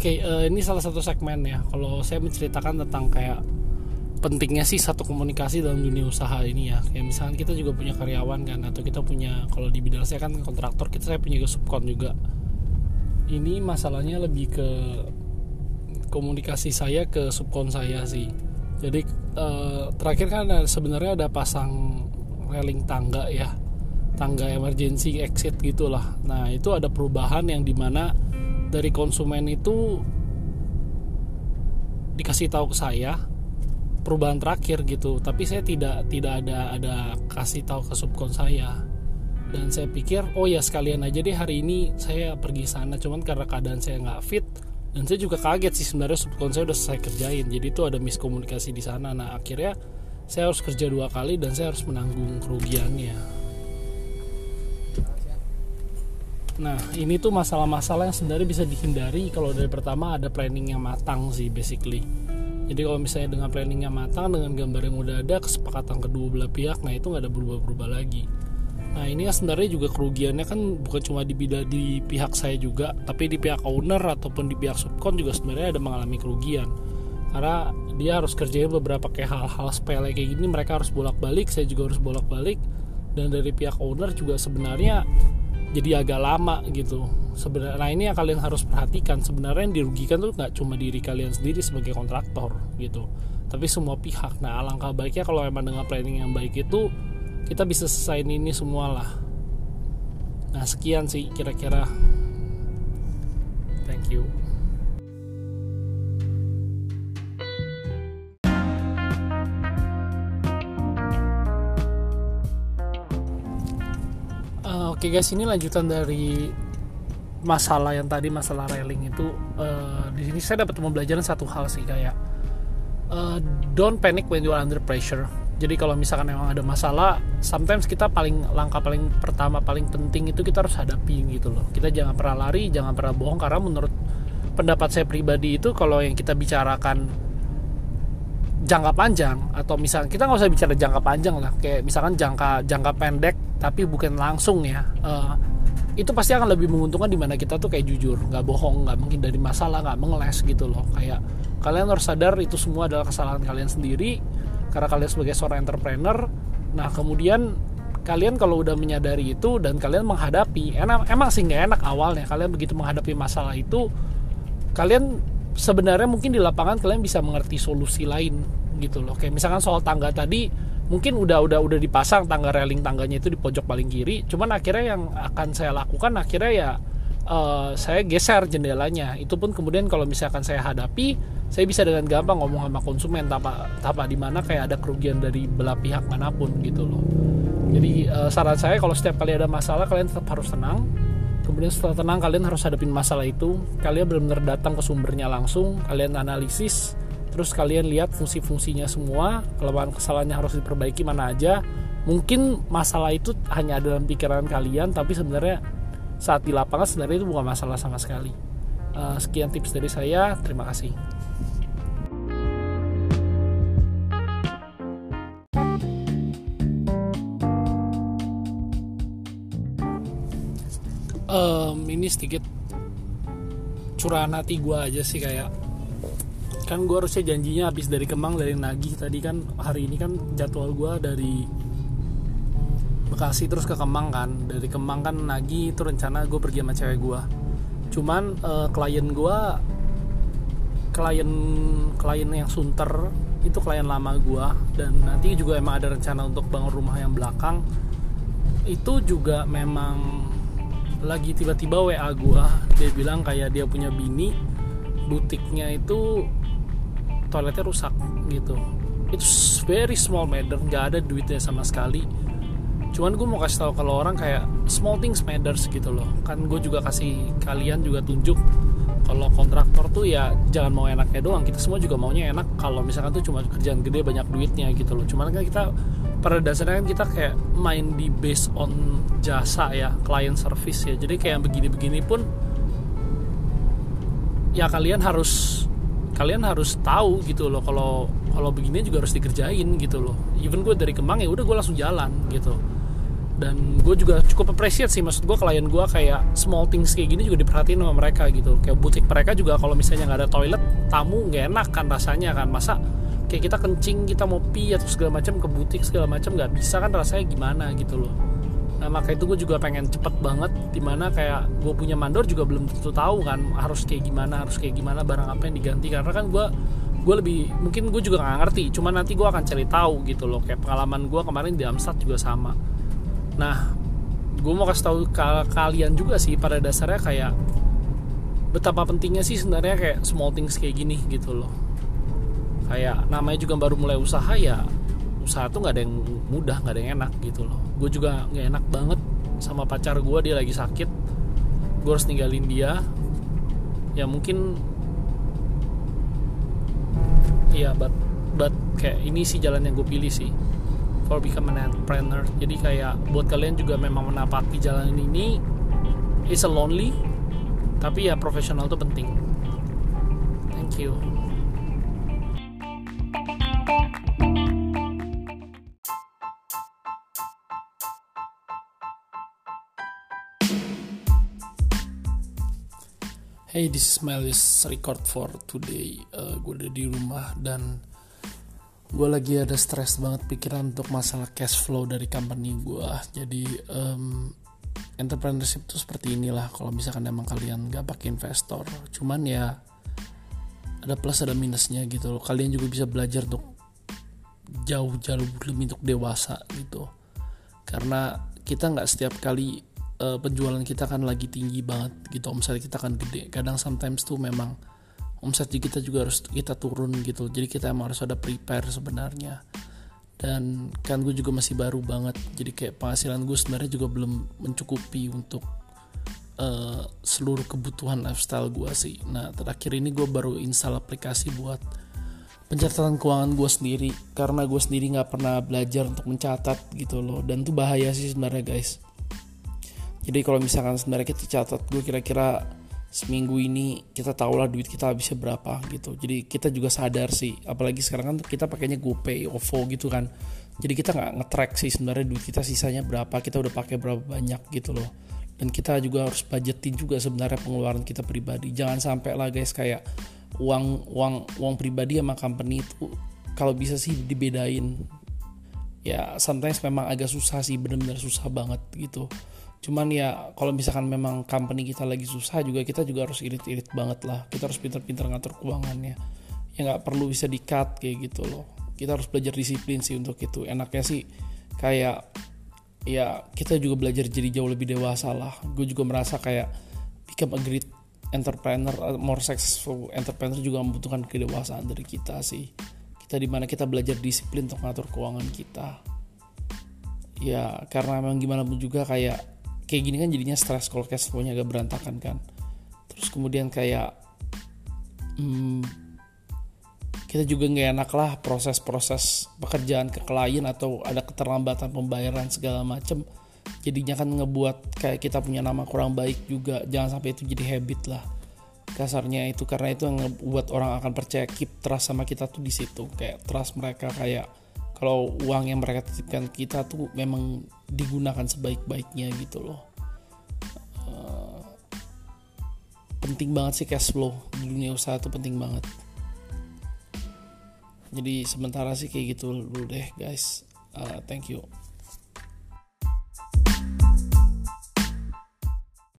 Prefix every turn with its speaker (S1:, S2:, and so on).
S1: Oke, ini salah satu segmen ya. Kalau saya menceritakan tentang kayak pentingnya sih satu komunikasi dalam dunia usaha ini ya. Kayak misalkan kita juga punya karyawan kan, atau kita punya, kalau di bidang saya kan kontraktor, saya punya subkon juga. Ini masalahnya lebih ke komunikasi saya ke subkon saya sih. Jadi terakhir kan sebenarnya ada pasang railing tangga ya, tangga emergency exit gitulah. Nah itu ada perubahan yang dimana dari konsumen itu dikasih tahu ke saya perubahan terakhir gitu, tapi saya tidak ada kasih tahu ke subkon saya. Dan saya pikir oh ya sekalian aja deh hari ini saya pergi sana, cuman karena keadaan saya nggak fit dan saya juga kaget sih sebenarnya subkon saya udah selesai kerjain, jadi itu ada miskomunikasi di sana. Nah akhirnya saya harus kerja 2 kali dan saya harus menanggung kerugiannya. Nah ini tuh masalah-masalah yang sebenarnya bisa dihindari kalau dari pertama ada planning yang matang sih basically. Jadi kalau misalnya dengan planning yang matang, dengan gambar yang udah ada, kesepakatan kedua belah pihak, nah itu nggak ada berubah-berubah lagi. Nah ini kan sebenarnya juga kerugiannya kan bukan cuma di pihak saya juga, tapi di pihak owner ataupun di pihak subkon juga sebenarnya ada mengalami kerugian. Karena dia harus kerjain beberapa kayak hal-hal sepele kayak gini, mereka harus bolak-balik, saya juga harus bolak-balik. Dan dari pihak owner juga sebenarnya jadi agak lama gitu sebenarnya. Nah ini yang kalian harus perhatikan, sebenarnya yang dirugikan tuh nggak cuma diri kalian sendiri sebagai kontraktor gitu, tapi semua pihak. Nah alangkah baiknya kalau emang dengan planning yang baik itu kita bisa selesaiin ini semua lah. Nah sekian sih kira-kira. Thank you. Oke guys, ini lanjutan dari masalah yang tadi, masalah railing itu. Di sini saya dapat pembelajaran satu hal sih, kayak don't panic when you are under pressure. Jadi kalau misalkan memang ada masalah, sometimes kita langkah paling pertama paling penting itu kita harus hadapi gitu loh. Kita jangan pernah lari, jangan pernah bohong, karena menurut pendapat saya pribadi itu kalau yang kita bicarakan jangka panjang, atau misalkan kita nggak usah bicara jangka panjang lah, kayak misalkan jangka pendek tapi bukan langsung ya, itu pasti akan lebih menguntungkan di mana kita tuh kayak jujur, nggak bohong, nggak menghindari masalah, nggak mengeles gitu loh. Kayak kalian harus sadar itu semua adalah kesalahan kalian sendiri karena kalian sebagai seorang entrepreneur. Nah kemudian kalian kalau udah menyadari itu dan kalian menghadapi, emang sih nggak enak awalnya, kalian begitu menghadapi masalah itu, kalian sebenarnya mungkin di lapangan kalian bisa mengerti solusi lain gitu loh. Kayak misalkan soal tangga tadi, mungkin udah dipasang tangga railing tangganya itu di pojok paling kiri, cuman akhirnya yang akan saya lakukan akhirnya ya saya geser jendelanya. Itu pun kemudian kalau misalkan saya hadapi, saya bisa dengan gampang ngomong sama konsumen tanpa di mana kayak ada kerugian dari belah pihak manapun gitu loh. Jadi saran saya kalau setiap kali ada masalah kalian tetap harus tenang. Kemudian setelah tenang kalian harus hadapin masalah itu, kalian benar-benar datang ke sumbernya langsung, kalian analisis, terus kalian lihat fungsi-fungsinya semua, kelemahan kesalahannya harus diperbaiki mana aja. Mungkin masalah itu hanya ada dalam pikiran kalian, tapi sebenarnya saat di lapangan sebenarnya itu bukan masalah sama sekali. Sekian tips dari saya, terima kasih. Ini sedikit curahan hati gue aja sih, kayak kan gue harusnya janjinya habis dari Kemang, dari nagih tadi kan, hari ini kan jadwal gue dari Bekasi terus ke Kemang kan, dari Kemang kan nagih itu rencana gue pergi sama cewek gue. Cuman klien yang Sunter itu klien lama gue, dan nanti juga emang ada rencana untuk bangun rumah yang belakang. Itu juga memang lagi tiba-tiba WA gue, dia bilang kayak dia punya bini, butiknya itu toiletnya rusak gitu. It's very small matter, nggak ada duitnya sama sekali. Cuman gue mau kasih tahu kalau orang kayak small things matters gitu loh. Kan gue juga kasih kalian juga tunjuk kalau kontraktor tuh ya jangan mau enaknya doang. Kita semua juga maunya enak kalau misalkan tuh cuma kerjaan gede banyak duitnya gitu loh. Cuman kan kita pada dasarnya kan kita kayak main di based on jasa ya, client service ya. Jadi kayak begini-begini pun ya kalian harus tahu gitu loh, kalau begini juga harus dikerjain gitu loh. Even gue dari Kemang ya udah gue langsung jalan gitu. Dan gue juga cukup appreciate sih, maksud gue klien gue kayak small things kayak gini juga diperhatiin sama mereka gitu. Kayak butik mereka juga kalau misalnya nggak ada toilet, tamu nggak enak kan rasanya kan, masa kayak kita kencing, kita mau pee atau segala macam ke butik segala macam nggak bisa kan, rasanya gimana gitu loh. Nah maka itu gue juga pengen cepet banget, dimana kayak gue punya mandor juga belum tentu tahu kan harus kayak gimana barang apa yang diganti, karena kan gue lebih mungkin gue juga nggak ngerti, cuman nanti gue akan cari tahu gitu loh. Kayak pengalaman gue kemarin di Amstad juga sama. Nah gue mau kasih tahu kalian juga sih pada dasarnya kayak betapa pentingnya sih sebenarnya kayak small things kayak gini gitu loh. Kayak namanya juga baru mulai usaha ya, usaha tuh nggak ada yang mudah, nggak ada yang enak gitu loh. Gue juga nggak enak banget sama pacar gue, dia lagi sakit, gue harus ninggalin dia. Ya mungkin ya but kayak ini sih jalan yang gue pilih sih for become an entrepreneur. Jadi kayak buat kalian juga memang menapaki jalan ini is a lonely, tapi ya profesional tuh penting. Thank you. Hey, this is my list record for today. Gue udah di rumah dan gue lagi ada stres banget pikiran untuk masalah cash flow dari company gue. Jadi entrepreneurship tuh seperti inilah. Kalau misalkan emang kalian gak pakai investor, cuman ya ada plus ada minusnya gitu loh. Kalian juga bisa belajar untuk jauh lebih untuk dewasa gitu. Karena kita gak setiap kali penjualan kita kan lagi tinggi banget gitu, omset kita kan gede, kadang sometimes tuh memang omset kita juga harus kita turun gitu. Jadi kita emang harus ada prepare sebenarnya. Dan kan gue juga masih baru banget, jadi kayak penghasilan gue sebenarnya juga belum mencukupi untuk seluruh kebutuhan lifestyle gue sih. Nah terakhir ini gue baru install aplikasi buat pencatatan keuangan gue sendiri, karena gue sendiri nggak pernah belajar untuk mencatat gitu loh. Dan itu bahaya sih sebenarnya guys. Jadi kalau misalkan sebenarnya kita catat, gue kira-kira seminggu ini kita tahu lah duit kita habisnya berapa gitu. Jadi kita juga sadar sih, apalagi sekarang kan kita pakainya GoPay, OVO gitu kan. Jadi kita nggak nge-track sih sebenarnya duit kita sisanya berapa, kita udah pakai berapa banyak gitu loh. Dan kita juga harus budgetin juga sebenarnya pengeluaran kita pribadi. Jangan sampai lah guys kayak uang pribadi sama company itu kalau bisa sih dibedain. Ya sometimes memang agak susah sih, benar-benar susah banget gitu. Cuman ya kalau misalkan memang company kita lagi susah juga, kita juga harus irit-irit banget lah. Kita harus pintar-pintar ngatur keuangannya. Ya nggak perlu bisa di-cut kayak gitu loh. Kita harus belajar disiplin sih untuk itu. Enaknya sih kayak ya kita juga belajar jadi jauh lebih dewasa lah. Gue juga merasa kayak become a great entrepreneur, more successful entrepreneur juga membutuhkan kedewasaan dari kita sih. Kita dimana kita belajar disiplin untuk ngatur keuangan kita. Ya karena memang gimana pun juga kayak gini kan jadinya stres kalau cash flow-nya agak berantakan kan. Terus kemudian kayak kita juga gak enak lah proses-proses pekerjaan ke klien atau ada keterlambatan pembayaran segala macem. Jadinya kan ngebuat kayak kita punya nama kurang baik juga. Jangan sampai itu jadi habit lah kasarnya itu, karena itu yang ngebuat orang akan percaya, keep trust sama kita tuh di situ. Kayak trust mereka kayak kalau uang yang mereka titipkan kita tuh memang digunakan sebaik-baiknya gitu loh. Penting banget sih cash flow di dunia usaha tuh, penting banget. Jadi sementara sih kayak gitu dulu deh guys. Thank you.